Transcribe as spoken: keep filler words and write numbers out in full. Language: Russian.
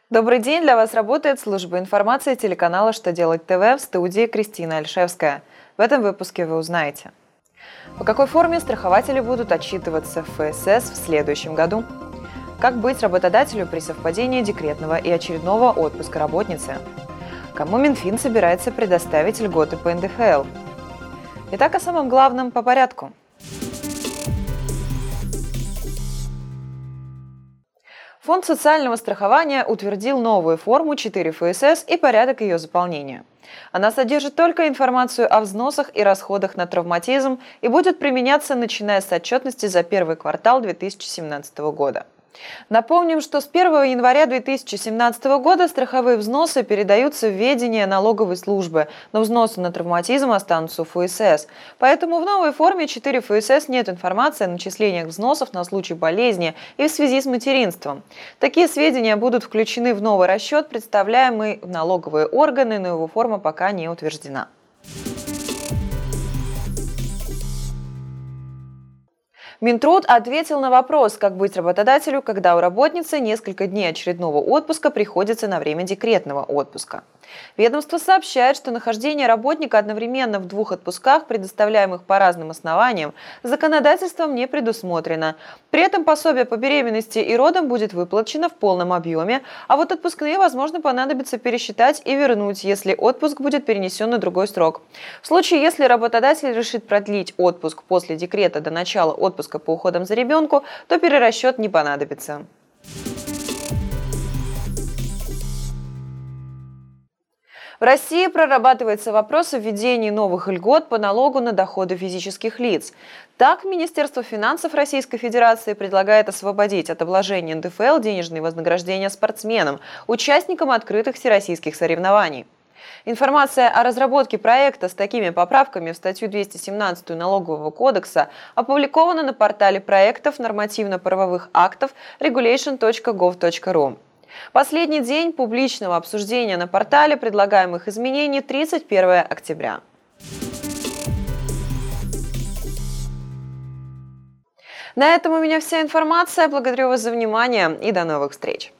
Добрый день! Для вас работает служба информации телеканала «Что делать ТВ», в студии Кристина Альшевская. В этом выпуске вы узнаете: по какой форме страхователи будут отчитываться в ФСС в следующем году, как быть работодателю при совпадении декретного и очередного отпуска работницы, кому Минфин собирается предоставить льготы по эн дэ эф эл. Итак, о самом главном по порядку. Фонд социального страхования утвердил новую форму четыре эф эс эс и порядок ее заполнения. Она содержит только информацию о взносах и расходах на травматизм и будет применяться, начиная с отчетности за первый квартал две тысячи семнадцатого года. Напомним, что с первого января две тысячи семнадцатого года страховые взносы передаются в ведение налоговой службы, но взносы на травматизм останутся у эф эс эс. Поэтому в новой форме четыре эф эс эс нет информации о начислениях взносов на случай болезни и в связи с материнством. Такие сведения будут включены в новый расчет, представляемый в налоговые органы, но его форма пока не утверждена. Минтруд ответил на вопрос, как быть работодателю, когда у работницы несколько дней очередного отпуска приходится на время декретного отпуска. Ведомство сообщает, что нахождение работника одновременно в двух отпусках, предоставляемых по разным основаниям, законодательством не предусмотрено. При этом пособие по беременности и родам будет выплачено в полном объеме, а вот отпускные, возможно, понадобится пересчитать и вернуть, если отпуск будет перенесен на другой срок. В случае, если работодатель решит продлить отпуск после декрета до начала отпуска по уходам за ребенку, то перерасчет не понадобится. В России прорабатывается вопрос о введении новых льгот по налогу на доходы физических лиц. Так, Министерство финансов Российской Федерации предлагает освободить от обложения эн дэ эф эл денежные вознаграждения спортсменам, участникам открытых всероссийских соревнований. Информация о разработке проекта с такими поправками в статью двести семнадцать Налогового кодекса опубликована на портале проектов нормативно-правовых актов регулейшн точка гов точка ру. Последний день публичного обсуждения на портале предлагаемых изменений – тридцать первое октября. На этом у меня вся информация. Благодарю вас за внимание и до новых встреч!